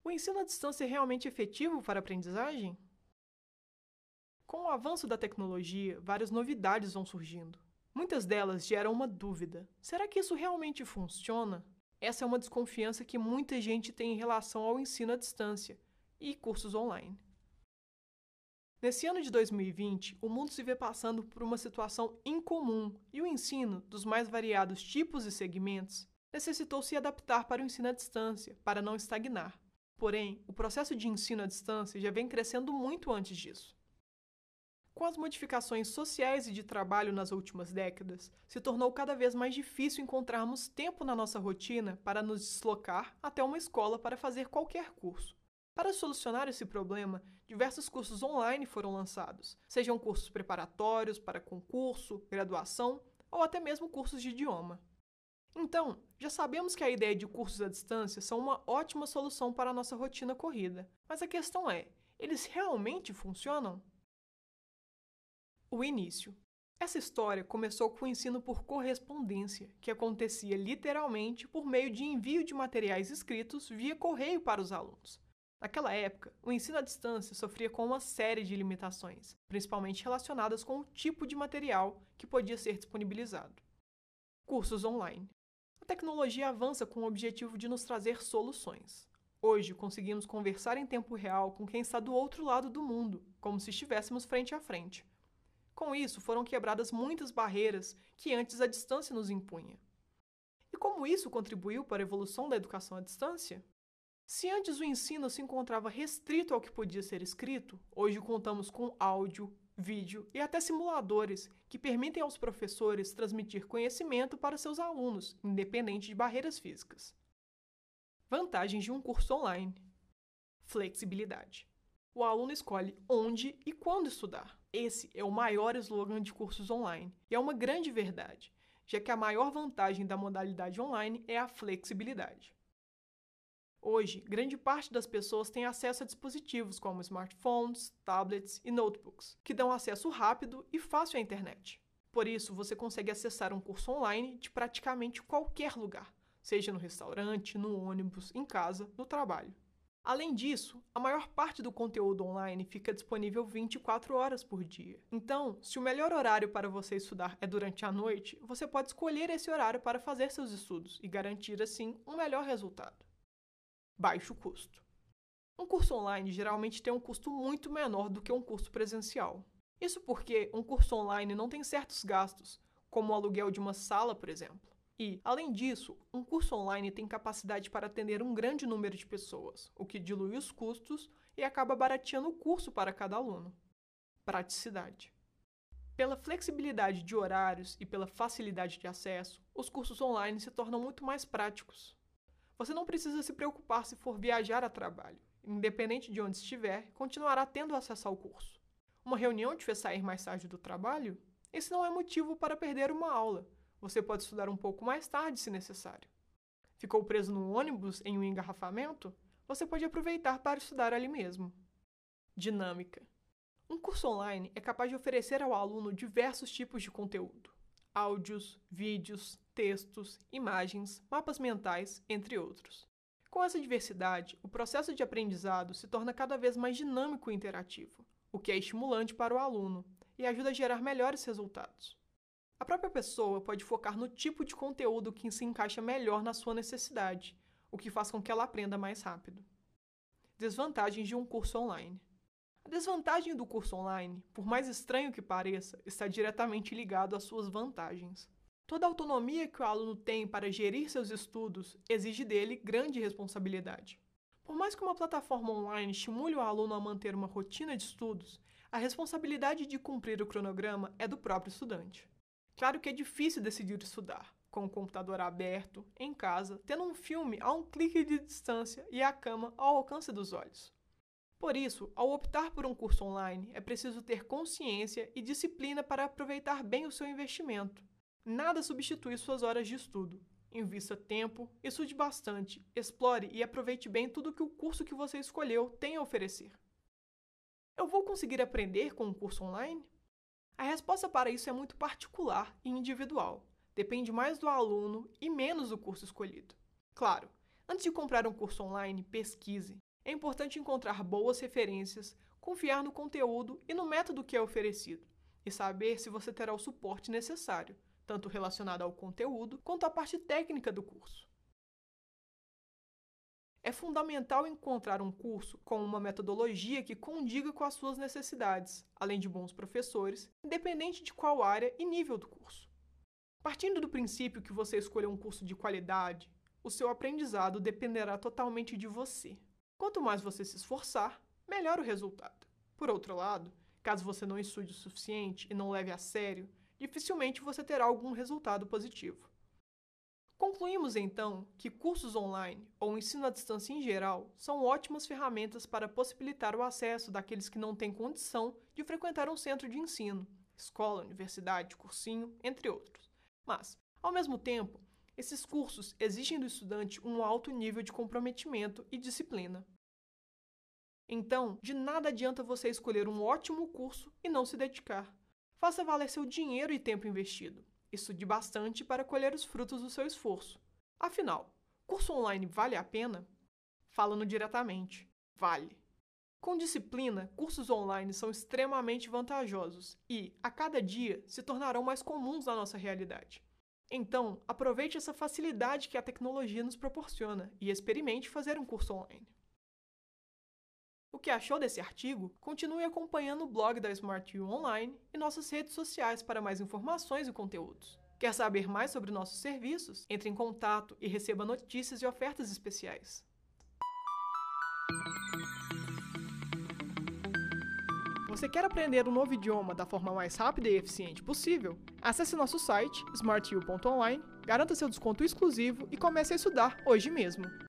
O ensino à distância é realmente efetivo para a aprendizagem? Com o avanço da tecnologia, várias novidades vão surgindo. Muitas delas geram uma dúvida: será que isso realmente funciona? Essa é uma desconfiança que muita gente tem em relação ao ensino à distância e cursos online. Nesse ano de 2020, o mundo se vê passando por uma situação incomum e o ensino, dos mais variados tipos e segmentos, necessitou se adaptar para o ensino à distância, para não estagnar. Porém, o processo de ensino à distância já vem crescendo muito antes disso. Com as modificações sociais e de trabalho nas últimas décadas, se tornou cada vez mais difícil encontrarmos tempo na nossa rotina para nos deslocar até uma escola para fazer qualquer curso. Para solucionar esse problema, diversos cursos online foram lançados, sejam cursos preparatórios para concurso, graduação ou até mesmo cursos de idioma. Então, já sabemos que a ideia de cursos à distância são uma ótima solução para a nossa rotina corrida, mas a questão é, eles realmente funcionam? O início. Essa história começou com o ensino por correspondência, que acontecia literalmente por meio de envio de materiais escritos via correio para os alunos. Naquela época, o ensino à distância sofria com uma série de limitações, principalmente relacionadas com o tipo de material que podia ser disponibilizado. Cursos online. A tecnologia avança com o objetivo de nos trazer soluções. Hoje, conseguimos conversar em tempo real com quem está do outro lado do mundo, como se estivéssemos frente a frente. Com isso, foram quebradas muitas barreiras que antes a distância nos impunha. E como isso contribuiu para a evolução da educação à distância? Se antes o ensino se encontrava restrito ao que podia ser escrito, hoje contamos com áudio, vídeo e até simuladores que permitem aos professores transmitir conhecimento para seus alunos, independente de barreiras físicas. Vantagens de um curso online. Flexibilidade. O aluno escolhe onde e quando estudar. Esse é o maior slogan de cursos online, e é uma grande verdade, já que a maior vantagem da modalidade online é a flexibilidade. Hoje, grande parte das pessoas tem acesso a dispositivos como smartphones, tablets e notebooks, que dão acesso rápido e fácil à internet. Por isso, você consegue acessar um curso online de praticamente qualquer lugar, seja no restaurante, no ônibus, em casa, no trabalho. Além disso, a maior parte do conteúdo online fica disponível 24 horas por dia. Então, se o melhor horário para você estudar é durante a noite, você pode escolher esse horário para fazer seus estudos e garantir, assim, um melhor resultado. Baixo custo. Um curso online geralmente tem um custo muito menor do que um curso presencial. Isso porque um curso online não tem certos gastos, como o aluguel de uma sala, por exemplo. E, além disso, um curso online tem capacidade para atender um grande número de pessoas, o que dilui os custos e acaba barateando o curso para cada aluno. Praticidade. Pela flexibilidade de horários e pela facilidade de acesso, os cursos online se tornam muito mais práticos. Você não precisa se preocupar se for viajar a trabalho. Independente de onde estiver, continuará tendo acesso ao curso. Uma reunião te fez sair mais tarde do trabalho? Esse não é motivo para perder uma aula. Você pode estudar um pouco mais tarde, se necessário. Ficou preso no ônibus em um engarrafamento? Você pode aproveitar para estudar ali mesmo. Dinâmica. Um curso online é capaz de oferecer ao aluno diversos tipos de conteúdo. Áudios, vídeos, textos, imagens, mapas mentais, entre outros. Com essa diversidade, o processo de aprendizado se torna cada vez mais dinâmico e interativo, o que é estimulante para o aluno e ajuda a gerar melhores resultados. A própria pessoa pode focar no tipo de conteúdo que se encaixa melhor na sua necessidade, o que faz com que ela aprenda mais rápido. Desvantagens de um curso online. A desvantagem do curso online, por mais estranho que pareça, está diretamente ligado às suas vantagens. Toda a autonomia que o aluno tem para gerir seus estudos exige dele grande responsabilidade. Por mais que uma plataforma online estimule o aluno a manter uma rotina de estudos, a responsabilidade de cumprir o cronograma é do próprio estudante. Claro que é difícil decidir estudar, com o computador aberto, em casa, tendo um filme a um clique de distância e a cama ao alcance dos olhos. Por isso, ao optar por um curso online, é preciso ter consciência e disciplina para aproveitar bem o seu investimento. Nada substitui suas horas de estudo. Invista tempo, estude bastante, explore e aproveite bem tudo que o curso que você escolheu tem a oferecer. Eu vou conseguir aprender com um curso online? A resposta para isso é muito particular e individual. Depende mais do aluno e menos do curso escolhido. Claro, antes de comprar um curso online, pesquise. É importante encontrar boas referências, confiar no conteúdo e no método que é oferecido, e saber se você terá o suporte necessário, tanto relacionado ao conteúdo quanto à parte técnica do curso. É fundamental encontrar um curso com uma metodologia que condiga com as suas necessidades, além de bons professores, independente de qual área e nível do curso. Partindo do princípio que você escolheu um curso de qualidade, o seu aprendizado dependerá totalmente de você. Quanto mais você se esforçar, melhor o resultado. Por outro lado, caso você não estude o suficiente e não leve a sério, dificilmente você terá algum resultado positivo. Concluímos então que cursos online ou ensino à distância em geral são ótimas ferramentas para possibilitar o acesso daqueles que não têm condição de frequentar um centro de ensino, escola, universidade, cursinho, entre outros. Mas, ao mesmo tempo, esses cursos exigem do estudante um alto nível de comprometimento e disciplina. Então, de nada adianta você escolher um ótimo curso e não se dedicar. Faça valer seu dinheiro e tempo investido. Estude bastante para colher os frutos do seu esforço. Afinal, curso online vale a pena? Falando diretamente, vale. Com disciplina, cursos online são extremamente vantajosos e, a cada dia, se tornarão mais comuns na nossa realidade. Então, aproveite essa facilidade que a tecnologia nos proporciona e experimente fazer um curso online. O que achou desse artigo? Continue acompanhando o blog da SmartU Online e nossas redes sociais para mais informações e conteúdos. Quer saber mais sobre nossos serviços? Entre em contato e receba notícias e ofertas especiais. Você quer aprender um novo idioma da forma mais rápida e eficiente possível? Acesse nosso site smartu.online, garanta seu desconto exclusivo e comece a estudar hoje mesmo.